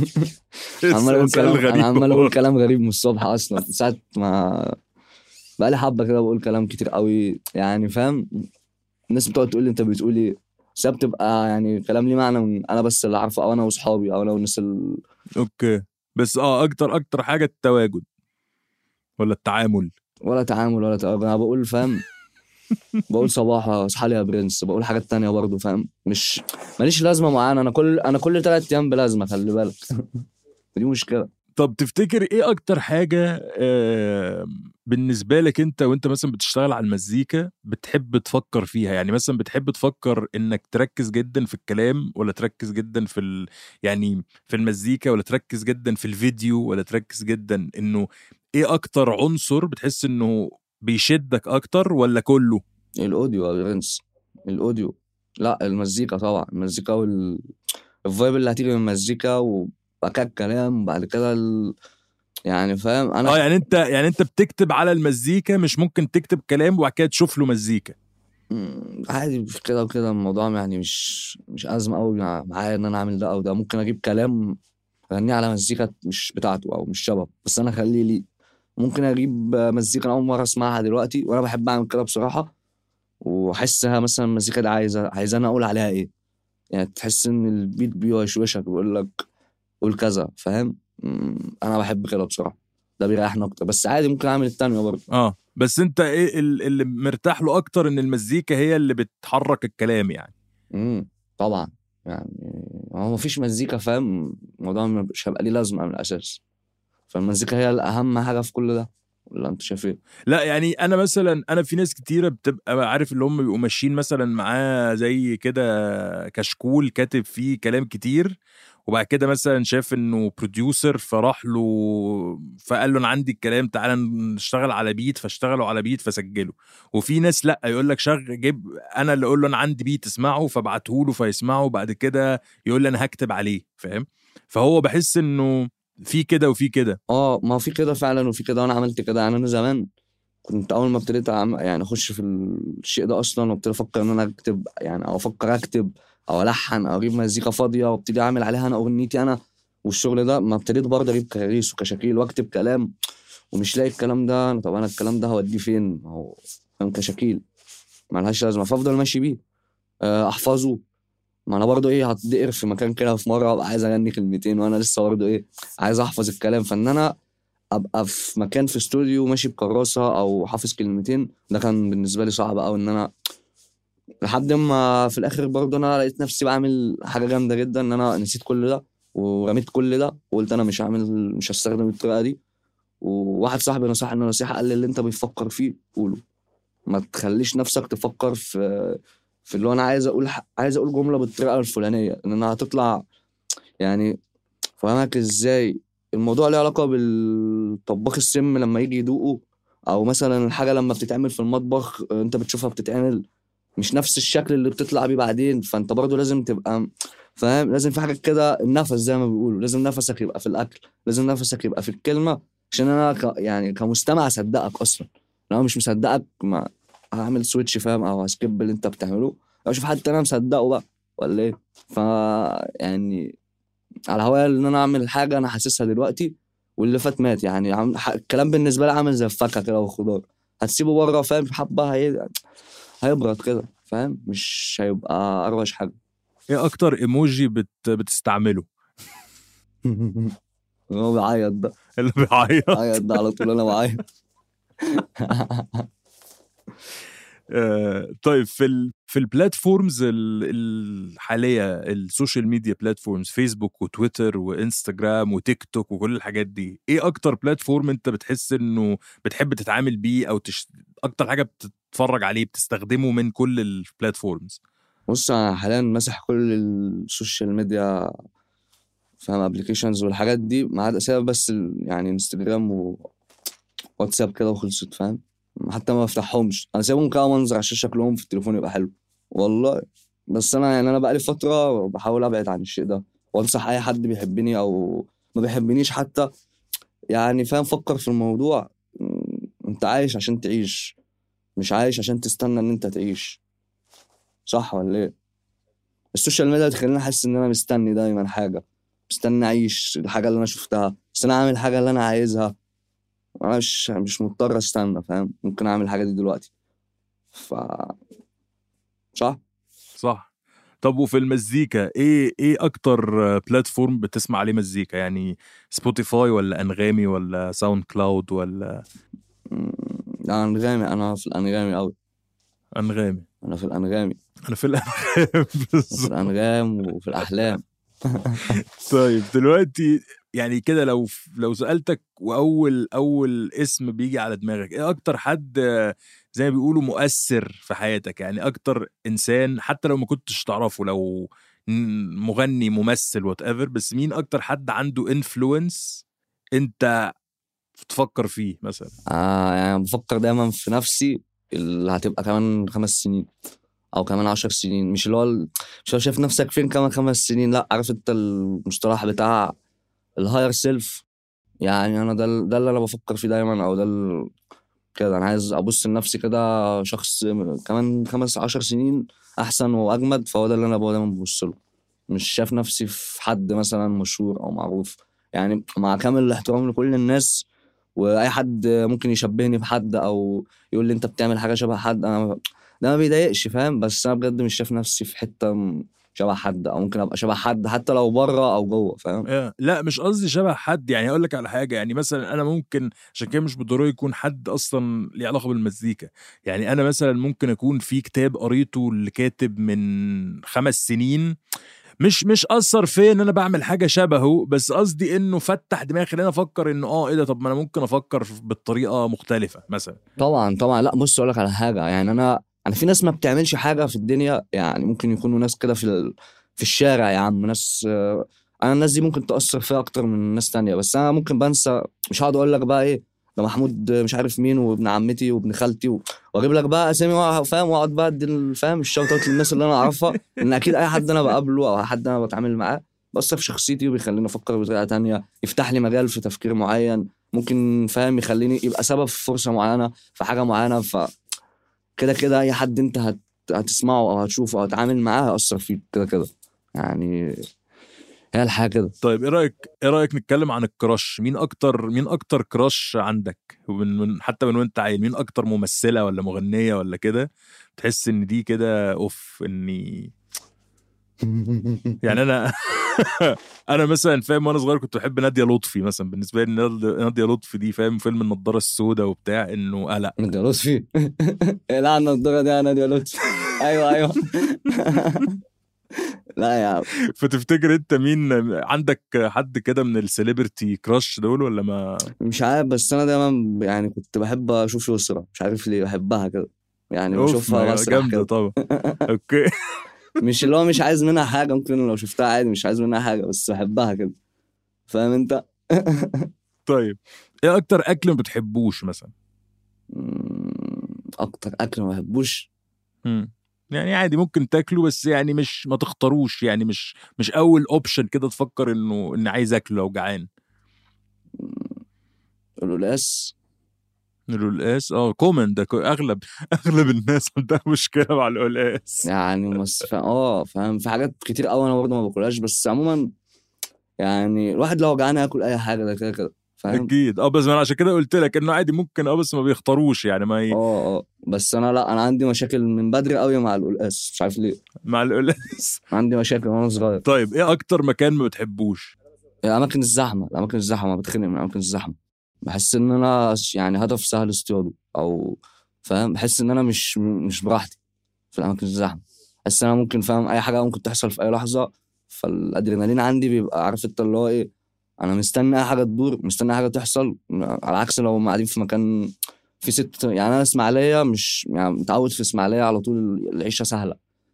عمال اقول كلام غريب من الصبح اصلا، ساعه ما بقالي حبه كده بقول كلام كتير قوي، يعني فاهم. الناس بتقعد تقول لي انت بتقول ايه، بس بتبقى يعني كلام ليه معنى من انا بس اللي عارفه، او انا واصحابي، او انا والناس اوكي. بس اكتر حاجه التواجد ولا التعامل؟ ولا تعامل ولا تقرب. انا بقول فاهم بقول صباح اصحى لي يا برنس، بقول حاجات تانية برضه فاهم، مش ماليش لازمه معانا. انا كل 3 ايام بلازمه، خلي بالك. دي مشكله. طب تفتكر ايه اكتر حاجة بالنسبة لك انت وانت مثلا بتشتغل على المزيكا بتحب تفكر فيها؟ يعني مثلا بتحب تفكر انك تركز جدا في الكلام، ولا تركز جدا يعني في المزيكا، ولا تركز جدا في الفيديو، ولا تركز جدا انه ايه اكتر عنصر بتحس انه بيشدك اكتر، ولا كله؟ الاوديو يا برنس، الاوديو. لا المزيكا طبعا، المزيكا الفايب اللي هتيجي من المزيكا، وبعد كده الكلام، وبعد كده يعني فاهم انا. يعني انت بتكتب على المزيكا، مش ممكن تكتب كلام وبعد كده تشوف له مزيكا؟ عادي في كده وكده، الموضوع يعني مش أزمة قوي معايا ان انا اعمل ده او ده. ممكن اجيب كلام اغنيه على مزيكا مش بتاعته او مش شبه، بس انا اخليه لي. ممكن اجيب مزيكا انا اول مره اسمعها دلوقتي، وانا بحب اعمل كده بصراحه، واحسها مثلا المزيكا دي عايزه انا اقول عليها ايه. يعني تحس ان البيت بيوشوشك بيقول لك قول كذا، فاهم. انا بحب كده بصراحه، ده بيريحني اكتر. بس عادي ممكن اعمل التانية برضه. بس انت ايه اللي مرتاح له اكتر، ان المزيكا هي اللي بتحرك الكلام يعني؟ طبعا. يعني هو مفيش مزيكا فاهم، الموضوع مش هيبقى ليه لازمه من الاساس. فالمزيكا هي الاهم حاجه في كل ده، ولا انت شايف ايه؟ لا يعني انا مثلا، انا في ناس كتيره بتبقى عارف اللي هم بيبقوا ماشيين مثلا معاه زي كده كشكول كاتب فيه كلام كتير، وبعد كده مثلا شاف انه بروديوسر فراح له فقال له انا عندي الكلام تعالى نشتغل على بيت، فاشتغلوا على بيت فسجله. وفي ناس لا، يقول لك جيب انا اللي اقول له انا عندي بيت اسمعه، فابعته له فيسمعه، وبعد كده يقول لي انا هكتب عليه، فاهم؟ فهو بحس انه في كده وفي كده. ما في كده فعلا وفي كده، وانا عملت كده. يعني انا زمان كنت اول ما ابتديت يعني اخش في الشيء ده اصلا، وابتدي افكر ان انا اكتب، يعني او افكر اكتب او الحن او اجيب مزيكا فاضيه وابتدي اعمل عليها انا اغنيتي انا والشغل ده. ما ابتديت برضه اجيب كراريس وكشاكيل واكتب كلام ومش لاقي الكلام ده. طب انا الكلام ده هوديه فين؟ هو فاهم كشاكيل ملهاش لازمه، فافضل ماشي بيه احفظه. ما انا برضه ايه هتدقر في مكان كده في مره ابقى عايز اغني كلمتين وانا لسه برضه ايه عايز احفظ الكلام. فان انا ابقى في مكان في استوديو ماشي بكراسه او حافظ كلمتين، ده كان بالنسبه لي صعب قوي. ان انا لحد ما في الاخر برضه انا لقيت نفسي بعمل حاجه جامده جدا، ان انا نسيت كل ده ورميت كل ده وقلت انا مش هستخدم الطريقه دي. وواحد صاحبي نصحني نصيحه، قال لي اللي انت بتفكر فيه قوله، ما تخليش نفسك تفكر في اللي انا عايز اقول جمله بالطريقه الفلانيه ان انا هتطلع. يعني فاهمك ازاي؟ الموضوع له علاقه بالطباخ السم لما يجي يدوقه، او مثلا الحاجه لما بتتعمل في المطبخ انت بتشوفها بتتعمل مش نفس الشكل اللي بتطلع بيه بعدين. فانت برضو لازم تبقى فاهم، لازم في حاجه كده، النفس زي ما بيقولوا، لازم نفسك يبقى في الاكل، لازم نفسك يبقى في الكلمه، عشان انا يعني كمستمع اصدقك اصلا. لو أنا مش مصدقك ما هعمل سويتش فاهم، او هسكيب اللي انت بتعمله او اشوف حد تاني مصدقه بقى ولا ايه. ف يعني على هوايا ان انا اعمل حاجه انا حاسسها دلوقتي، واللي فات مات. يعني الكلام بالنسبه لي عامل زي الفاكهه كده والخضار، هتسيبه بره فاهم حبه هيبرد كده فاهم، مش هيبقى اروش حاجه. ايه اكتر ايموجي بتستعمله؟ هو بيعيط ده، اللي بيعيط. عيط ده على طول انا بعيط. طيب في البلاتفورمز الحاليه، السوشيال ميديا بلاتفورمز، فيسبوك وتويتر وانستجرام وتيك توك وكل الحاجات دي، ايه اكتر بلاتفورم انت بتحس انه بتحب تتعامل بيه، او اكتر حاجه بتتفرج عليه بتستخدمه من كل البلاتفورمز؟ بص انا حاليا ماسح كل السوشيال ميديا فاهم، ابلكيشنز والحاجات دي، ما عدا سبب بس يعني انستجرام وواتساب كده وخلصت فاهم. حتى ما بفتحهمش، انا سايبهم كده منظر عشان شكلهم في التليفون يبقى حلو والله. بس انا يعني انا بقالي فتره بحاول ابعد عن الشيء ده، وانصح اي حد بيحبني او ما بيحبنيش حتى، يعني فاهم، فكر في الموضوع. انت عايش عشان تعيش، مش عايش عشان تستنى ان انت تعيش، صح ولا ايه؟ السوشيال ميديا بتخليني احس ان انا مستني دايما حاجه، مستني اعيش الحاجه اللي انا شفتها، بس انا اعمل الحاجه اللي انا عايزها. انا مش مضطر استنى فاهم، ممكن اعمل الحاجه دي دلوقتي. ف صح. طب وفي المزيكا ايه اكتر بلاتفورم بتسمع عليه مزيكا؟ يعني سبوتيفاي ولا انغامي ولا ساوند كلاود ولا؟ أنغامي. أنا في الأنغامي أوي. انغامي. أنا في الأنغامي. انا في في الأنغام وفي الأحلام. طيب دلوقتي يعني كده لو سألتك واول اسم بيجي على دماغك ايه اكتر حد زي ما بيقولوا مؤثر في حياتك؟ يعني اكتر انسان حتى لو ما كنتش تعرفه، لو مغني ممثل وات ايفر، بس مين اكتر حد عنده انفلونس انت تفكر فيه مثلا؟ يعني بفكر دايما في نفسي اللي هتبقى كمان 5 سنين او كمان 10 سنين. مش اللي هو مش هو شايف نفسك فين كمان 5 سنين، لا، عارف انت المصطلح بتاع الهاير سيلف. يعني انا ده اللي انا بفكر فيه دايما، او كده انا عايز ابص لنفسي كده شخص كمان 15 سنين احسن واجمد. فهو ده اللي انا دايما ببص له. مش شايف نفسي في حد مثلا مشهور او معروف، يعني مع كامل الاحترام لكل الناس، واي حد ممكن يشبهني بحد او يقول لي انت بتعمل حاجه شبه حد. انا ده ما بيضايقش، فاهم؟ بس انا بجد مش شايف نفسي في حته شبه حد، او ممكن ابقى شبه حد حتى لو بره او جوه، فاهم؟ لا مش قصدي شبه حد، يعني اقول لك على حاجه. يعني مثلا انا ممكن، عشان كده مش بالضروره يكون حد اصلا ليه علاقه بالمزيكا. يعني انا مثلا ممكن اكون في كتاب قريته اللي كاتب من 5 سنين، مش اثر فيا ان انا بعمل حاجه شبهه، بس قصدي انه فتح دماغي، خلينا افكر انه ايه ده، طب ما انا ممكن افكر بالطريقه مختلفه مثلا. طبعا. لا بص اقول لك على حاجه. يعني انا في ناس ما بتعملش حاجه في الدنيا، يعني ممكن يكونوا ناس كده في الشارع يا عم، ناس انا الناس دي ممكن تاثر فيا اكتر من ناس تانية. بس انا ممكن بنسى، مش هقعد اقول لك بقى ايه ده محمود مش عارف مين وابن عمتي وابن خالتي واجيب لك بقى اسامي، فاهم؟ واقعد بقى ادي فاهم الشوطات للناس اللي انا اعرفها، ان اكيد اي حد انا بقابله او حد انا بتعامل معاه بأثر في شخصيتي وبيخليني افكر بطريقه تانية، يفتح لي مجال في تفكير معين، ممكن فاهم يخليني يبقى سبب في فرصه معينه في حاجه معينه. كده اي حد انت هتسمعه او هتشوفه او هتعامل معاه هيأثر فيك كده يعني. هي الحاجه كده. طيب ايه رايك نتكلم عن الكراش؟ مين اكتر كراش عندك؟ حتى من وانت عيل، مين اكتر ممثله ولا مغنيه ولا كده تحس ان دي كده اوف اني يعني انا مثلا فاهم، وانا صغير كنت بحب نادية لطفي مثلا. بالنسبه لي نادية لطفي دي فاهم فيلم النضاره السوداء وبتاع، انه لا نادية لطفي. لا النضاره دي نادية لطفي. ايوه. لا يا عم. فتفتكر انت مين عندك؟ حد كده من السليبرتي كراش دول ولا ما؟ مش عارف، بس انا دايما يعني كنت بحب اشوف يسرا، مش عارف ليه بحبها كده، يعني بشوفها بسرح كده. طبعا. اوكي. مش اللي هو مش عايز منها حاجه، ممكن لو شفتها عادي مش عايز منها حاجه، بس بحبها كده، فاهم انت؟ طيب ايه اكتر اكل ما بتحبوش مثلا؟ اكتر اكل ما بحبوش يعني عادي ممكن تاكله، بس يعني مش ما تختاروش، يعني مش اول اوبشن كده تفكر ان عايز اكله لو جعان. القلقاس. كومن ده اغلب الناس عندها مشكله مع القلقاس. يعني بس فاهم في حاجات كتير قوي انا برضه ما باكلهاش، بس عموما يعني الواحد لو جعان ياكل اي حاجه، ده كده فاهم. اكيد بس انا عشان كده قلت لك انه عادي ممكن بس ما بيختاروش يعني ما بس انا لا، انا عندي مشاكل من بدري قوي مع القلقاس، مش عارف ليه مع القلقاس. عندي مشاكل وانا صغير. طيب ايه اكتر مكان ما بتحبوش؟ الاماكن الزحمه بتخنق من الاماكن الزحمه. بحس ان انا يعني هدف سهل اصطياده، او فاهم، بحس ان انا مش براحتي في الاماكن الزحمه. بحس ان انا ممكن فاهم اي حاجه ممكن تحصل في اي لحظه، فالادرينالين عندي بيبقى عارف انت اللي هو ايه، انا مستني اي حاجه تدور، مستني اي حاجه تحصل. على عكس لو قاعدين في مكان في يعني انا اسماعيليه، مش يعني متعود في اسماعيليه على طول العيشه سهله.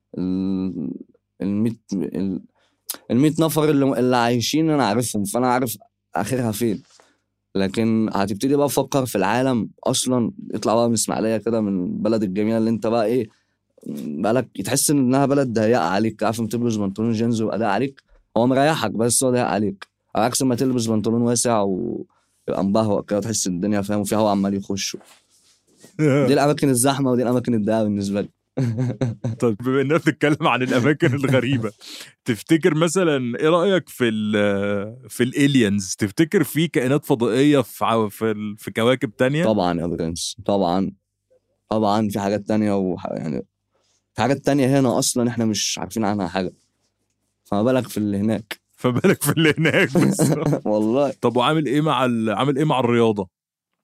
ال 100 نفر اللي عايشين انا عارفهم، فانا عارف اخرها فين. لكن هتبتدي بقى تفكر في العالم اصلا، اطلع بقى من اسماعيليه كده، من البلد الجميله اللي انت بقى ايه بقالك، تحس انها بلد ضيقه عليك، عارف، تلبس بنطلون جينز واداء عليك، هو مريحك بس هو ضيق عليك، على عكس ما تلبس بنطلون واسع ويبقى مبهوأ كده، تحس الدنيا فاهم وفيها هوا عمال يخش. دي الاماكن الزحمه ودي الاماكن الضيقه بالنسبه لي. طيب بما اننا بنتكلم عن الاماكن الغريبه، تفتكر مثلا ايه رايك في الالينز؟ تفتكر في كائنات فضائيه في كواكب تانية؟ طبعا يا برنس، طبعا في حاجات تانية، يعني في حاجات تانية هنا اصلا احنا مش عارفين عنها حاجه، فما بالك في اللي هناك. بس. والله. طب وعامل ايه مع الرياضه؟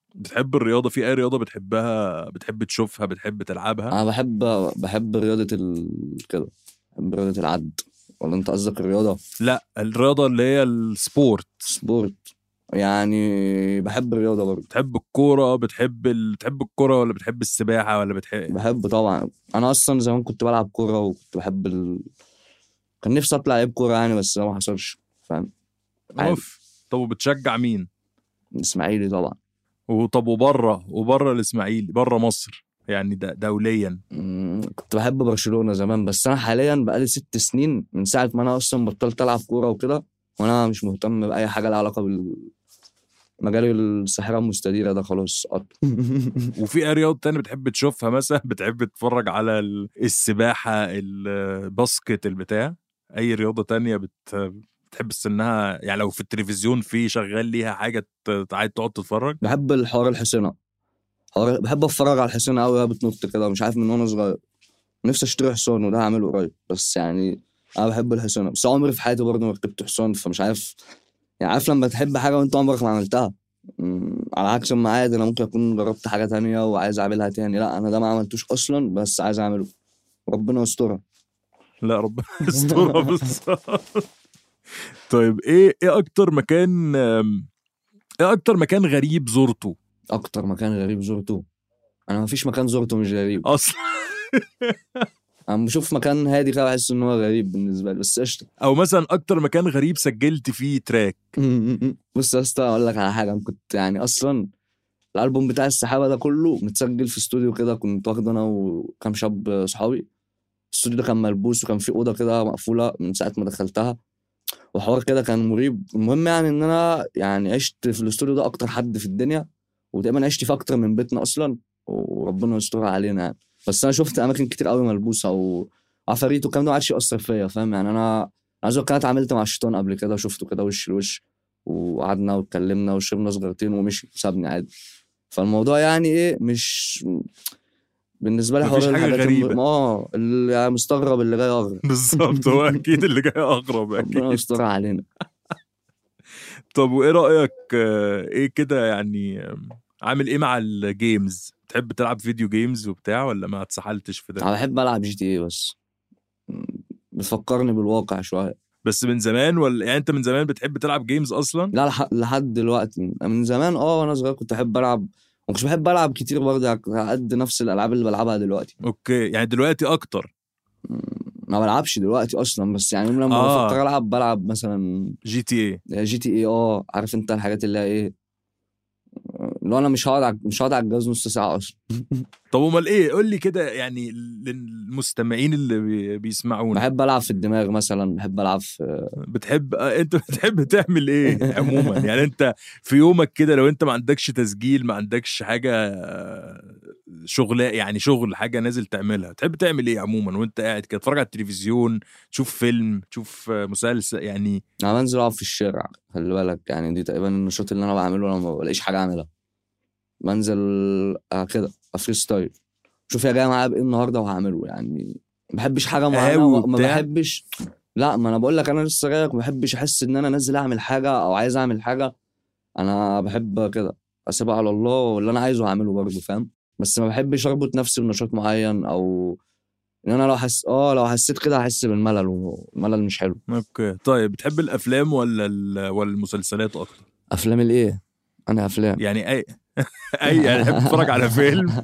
بتحب الرياضة؟ في اي رياضة بتحبها، بتحب تشوفها، بتحب تلعبها؟ انا بحب رياضة كده، بحب رياضة العد. ولا انت قصدك الرياضة؟ لا، الرياضة اللي هي السبورت. سبورت يعني، بحب الرياضة برضه. بتحب الكورة؟ بتحب الكورة ولا بتحب السباحة ولا بتحب؟ بحب طبعا. انا اصلا زمان كنت بلعب كورة وكنت بحب كان نفسي اطلع لعيب كورة يعني، بس ده ما حصلش، فاهم؟ عادي. اوف. طب وبتشجع مين؟ اسماعيلي طبعا. وطب وبره الاسماعيلي، بره مصر يعني، دوليا؟ كنت بحب برشلونة زمان، بس انا حاليا بقالي 6 سنين من ساعة ما انا اصلا بطلت العب كورة وكده، وانا مش مهتم باي حاجة لها علاقة بالمجال الساحرة المستديرة ده، خلاص سقطت. وفي اي رياضة تانية بتحب تشوفها مثلا؟ بتحب تتفرج على السباحة، الباسكت، البتاع؟ اي رياضة تانية بتحب انها يعني لو في التلفزيون في شغال ليها حاجة عايز تقعد تتفرج؟ بحب الحوار الحصينة، بحب اتفرج على الحصينة قوي، بتنط كده مش عارف من وانا صغير. نفسي اشتري حصان وده هعمله قريب، بس يعني انا بحب الحصينة، بس عمري في حياتي برضه ما ركبت حصان، فمش عارف يعني. عارف لما تحب حاجة وانت عمرك ما عملتها؟ على عكس ما عادي انا ممكن اكون جربت حاجة تانية وعايز اعملها تاني، لا انا ده ما عملتوش اصلا بس عايز اعمله، ربنا يسترها. لا ربنا يسترها بالظبط. طيب ايه اكتر مكان غريب زرته اكتر مكان غريب زرته؟ انا ما فيش مكان زرته مش غريب اصلا؟ انا بشوف مكان هادي كده بحس ان هو غريب بالنسبه لي، بس قشطه. او مثلا اكتر مكان غريب سجلت فيه تراك؟ بص يا اسطى اقول لك على حاجه، انا كنت يعني اصلا الالبوم بتاع السحابه ده كله متسجل في استوديو كده، كنت واخده انا وكام شاب صحابي. الاستوديو ده كان ملبوس وكان في اوضه كده مقفوله من ساعه ما دخلتها، وحوار كده كان مريب. المهم يعني ان انا يعني عشت في الاستوديو ده اكتر حد في الدنيا، وتقريبا عشت في اكتر من بيتنا اصلا، وربنا يسترها علينا يعني. بس انا شفت اماكن كتير قوي ملبوسه وعفاريت والكلام ده ما عادش ياثر فيا، فاهم يعني. انا عايز اقول لك انا اتعاملت مع الشيطان قبل كده، شفته كده وش لوش، وقعدنا واتكلمنا وشربنا سجارتين ومشي سابني عادي. فالموضوع يعني ايه، مش بالنسبه لي مفيش حوار حاجة الحاجات غريبة. اللي يعني مستغرب اللي جاي اغرب. بالظبط، هو اكيد اللي جاي اغرب ربنا اكيد. يسترها علينا. طب وايه رايك، ايه كده يعني، عامل ايه مع الجيمز؟ تحب تلعب فيديو جيمز وبتاع ولا ما اتسحلتش في ده؟ انا بحب العب جي تي اي، بس بتفكرني بالواقع شويه. بس من زمان ولا يعني انت من زمان بتحب تلعب جيمز اصلا؟ لا لحد دلوقتي من زمان وانا صغير كنت احب العب، وما كنتش بحب العب كتير برضه على قد نفس الالعاب اللي بلعبها دلوقتي. اوكي، يعني دلوقتي اكتر؟ ما بلعبش دلوقتي اصلا، بس يعني لما بفكر العب بلعب مثلا جي تي اي. عارف انت الحاجات اللي هي ايه، لو انا مش هقعد على الجهاز نص ساعه اصلا. طب امال ايه؟ قول لي كده يعني للمستمعين اللي بيسمعونا. بحب العب في الدماغ مثلا، بحب العب في انت بتحب تعمل ايه عموما؟ يعني انت في يومك كده لو انت ما عندكش تسجيل، ما عندكش حاجه شغل، يعني شغل حاجه نازل تعملها، تحب تعمل ايه عموما وانت قاعد كده؟ تتفرج على التلفزيون، تشوف فيلم، تشوف مسلسل يعني؟ انا بنزل العب في الشارع، خلي بالك يعني دي تقريبا النشاط اللي انا بعمله لما ما بلاقيش حاجه اعملها. بنزل كده افري ستايل، شوف يا جاي معايا بايه النهارده وهعمله يعني. ما بحبش حاجه معينه وما بحبش. لا ما انا بقول لك انا لسه جايك، ما بحبش احس ان انا نازل اعمل حاجه او عايز اعمل حاجه. انا بحب كده اسيبها على الله، واللي انا عايزه هعمله برضه، فاهم. بس ما بحبش اربط نفسي بنشاط معين، او ان انا لو حسيت كده هحس بالملل، والملل مش حلو. اوكي. طيب بتحب الافلام ولا المسلسلات اكتر؟ افلام الايه؟ انا افلام يعني يعني تحب تتفرج على فيلم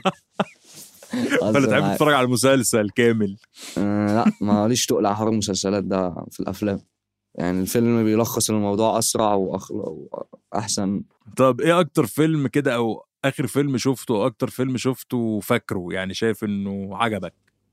ولا تحب تتفرج على مسلسل كامل؟ لا ماليش تقل على حوار المسلسلات ده في الافلام، يعني الفيلم بيلخص الموضوع اسرع واحسن. طب ايه اكتر فيلم كده، او اخر فيلم شفته، او اكتر فيلم شفته فاكره يعني شايف انه عجبك؟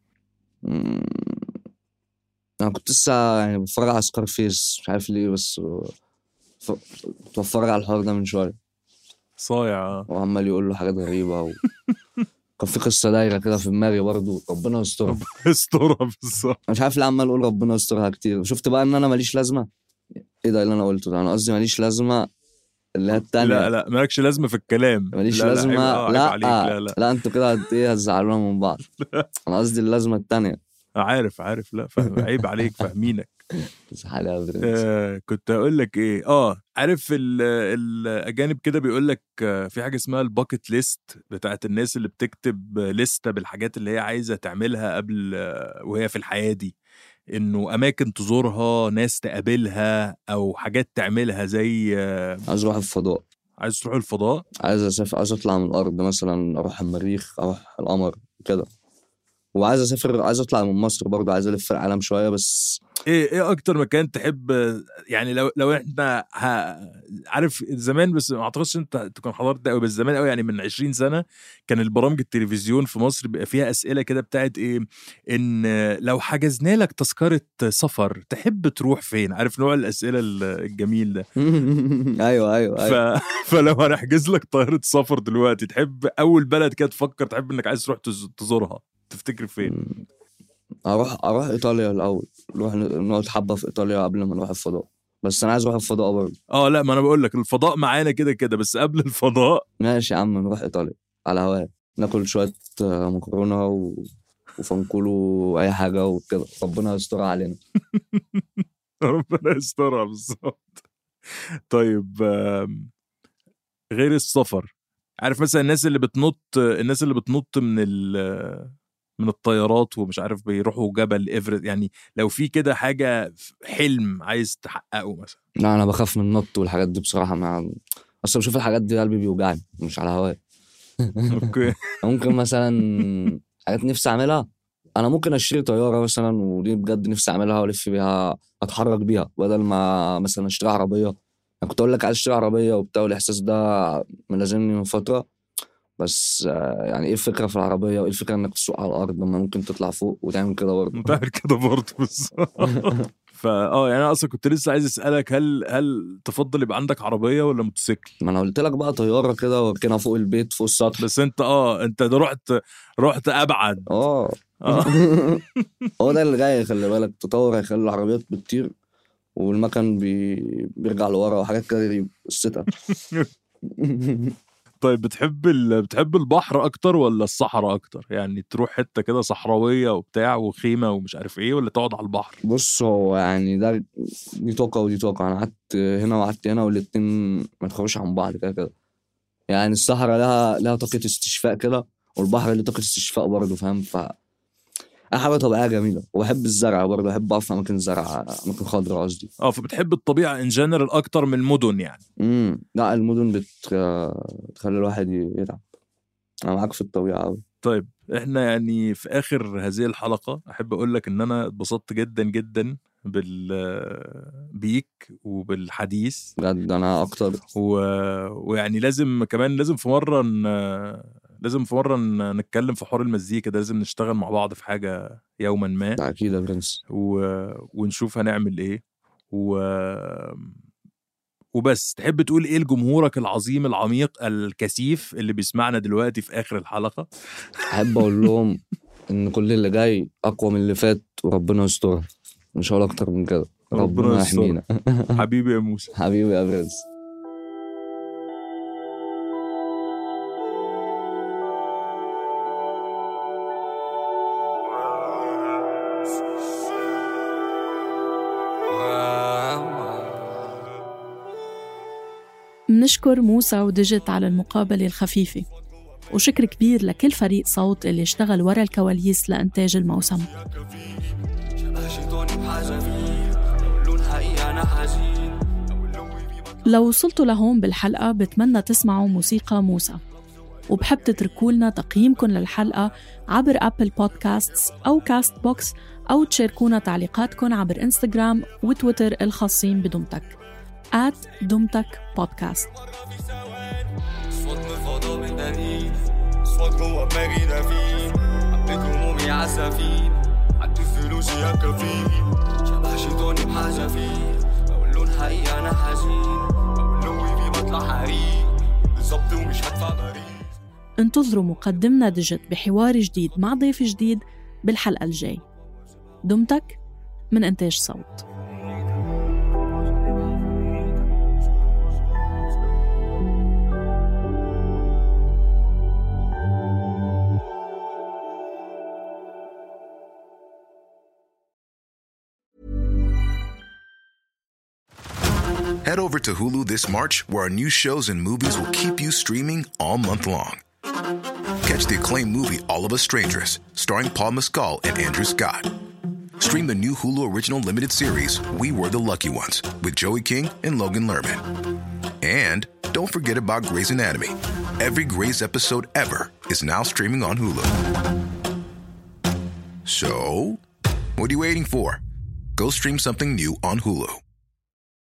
انا كنت لسه يعني بتفرج على سكارفيس، مش عارف ليه بس كنت بتفرج على الحوار ده من شويه. صايع. وعمال يقول له حاجات غريبه كان في قصه دايره كده في دماغي برضه، ربنا يسترها. استرها بالظبط. مش عارف ليه عمال اقول ربنا يسترها كتير. شفت بقى ان انا ماليش لازمه. ايه ده اللي انا قلته ده؟ انا قصدي ماليش لازمه اللي هي التانية. لا مالكش لازمه في الكلام. ماليش لا لازمه. عيب عليك. لا لا انتوا كده ايه هتزعلونا من بعض. انا قصدي اللازمه التانية. عارف لا عيب عليك فاهمينك. حاجة كنت اقول لك ايه، عارف الاجانب كده بيقول لك في حاجه اسمها الباكت ليست بتاعت الناس اللي بتكتب لستة بالحاجات اللي هي عايزه تعملها قبل وهي في الحياه دي، انه اماكن تزورها، ناس تقابلها، او حاجات تعملها زي عايز اروح الفضاء. عايز تروح الفضاء؟ عايز اسافر، عايز اطلع من الارض مثلا، اروح المريخ، اروح القمر كده. وعايز اسافر، عايز اطلع من مصر برضه، عايز الف العالم شويه. بس ايه اكتر مكان تحب يعني؟ لو احنا عارف زمان، بس ما اعتقدش انت تكون حضرت ده قوي، بس زمان قوي يعني من 20 سنه كان البرامج التلفزيون في مصر بيبقى فيها اسئله كده بتاعت ايه، ان لو حجزنا لك تذكره سفر تحب تروح فين؟ عارف نوع الاسئله الجميل ده؟ ايوه. فلو هنحجز لك طياره سفر دلوقتي، تحب اول بلد كده تفكر تحب انك عايز تروح تزورها تفتكر فين؟ اروح ايطاليا الاول، نروح نقعد حبه في ايطاليا قبل ما نروح الفضاء. بس انا عايز اروح الفضاء برضه. لا، ما انا بقول لك الفضاء معانا كده بس قبل الفضاء ماشي يا عم، نروح ايطاليا على هواها، ناكل شويه مكرونه وفنكولو اي حاجه وكده، ربنا يسترها علينا. ربنا يسترها بالظبط. طيب غير السفر، عارف مثلا الناس اللي بتنط من الطيارات ومش عارف بيروحوا جبل إيفرست، يعني لو في كده حاجة حلم عايز تحققه مثلا؟ لا انا بخاف من النط والحاجات دي بصراحه، اصلا بشوف الحاجات دي قلبي بيوجعني، مش على هواي. اوكي. ممكن مثلا حاجات نفسي اعملها، انا ممكن اشتري طياره مثلا، ودي بجد نفسي اعملها والف بيها، اتحرك بيها بدل ما مثلا اشتري عربيه. انا كنت اقول لك عايز اشتري عربيه وبتاع، والاحساس ده ملازمني من فتره. بس يعني ايه الفكره في العربيه، وايه الفكره انك تسوق على الارض لما ممكن تطلع فوق وتعمل كده برضه؟ تعمل كده برضه بالظبط. يعني انا اصلا كنت لسه عايز اسالك، هل تفضل يبقى عندك عربيه ولا موتوسيكل؟ ما انا قلت لك بقى طياره كده واركنها فوق البيت فوق السطح. بس انت ده رحت ابعد. هو ده اللي جاي، خلي بالك، التطور هيخلي العربيات بتطير والمكن بيرجع لورا وحاجات كده قصتها. طيب بتحب البحر اكتر ولا الصحراء اكتر؟ يعني تروح حته كده صحراويه وبتاع وخيمه ومش عارف ايه، ولا تقعد على البحر؟ بص، هو يعني دي طاقه ودي طاقه. انا قعدت هنا وقعدت هنا، والاتنين ما تخافوش عن بعض كده. يعني الصحراء لها طاقه استشفاء كده، والبحر له طاقه استشفاء برضه، فاهم؟ حاجه طبيعيه جميله. وبحب الزرع برضه، بحب اقف في اماكن زرع، اماكن خضراء قصدي. فبتحب الطبيعه ان جنرال اكتر من المدن يعني؟ لا، المدن بتخلي الواحد يتعب. انا معاك في الطبيعه قوي. طيب احنا يعني في اخر هذه الحلقه احب اقول لك ان انا اتبسطت جدا جدا بيك وبالحديث بجد. انا اكتر. ويعني لازم في مره نتكلم في حوار المزيكا ده، لازم نشتغل مع بعض في حاجه يوما ما. اكيد يا برنس. ونشوف هنعمل ايه. وبس تحب تقول ايه لجمهورك العظيم العميق الكثيف اللي بيسمعنا دلوقتي في اخر الحلقه؟ احب اقول لهم ان كل اللي جاي اقوى من اللي فات، وربنا يسترها. مش هقول اكتر من كده. ربنا يحمينا. حبيبي يا موسى. حبيبي يا برنس. منشكر موسى وديجيت على المقابلة الخفيفة، وشكر كبير لكل فريق صوت اللي اشتغل ورا الكواليس لإنتاج الموسم. لو وصلتوا لهون بالحلقة بتمنى تسمعوا موسيقى موسى، وبحب تتركولنا تقييمكم للحلقة عبر أبل بودكاستس أو كاست بوكس، أو تشاركونا تعليقاتكم عبر إنستغرام وتويتر الخاصين بدمتك @دمتك بودكاست. صوت مفضل من دليل، صوت جوا دماغي دفين، حبيت همومي عالسفين، عد الفلوس يا كفيل، شبه شيطاني بحذافير، أقول لون حقيقي أنا حزين، أقول لون ويفي بطلع حريق بالظبط ومش هدفع بريد. انتظروا مقدمنا ديجيت بحوار جديد مع ضيف جديد بالحلقة الجاي. دمتك من إنتاج صوت. Head over to Hulu this March, where our new shows and movies will keep you streaming all month long. Catch the acclaimed movie All of Us Strangers, starring Paul Mescal and Andrew Scott. Stream the new Hulu original limited series We Were the Lucky Ones with Joey King and Logan Lerman. And don't forget about Grey's Anatomy. Every Grey's episode ever is now streaming on Hulu. So, what are you waiting for? Go stream something new on Hulu.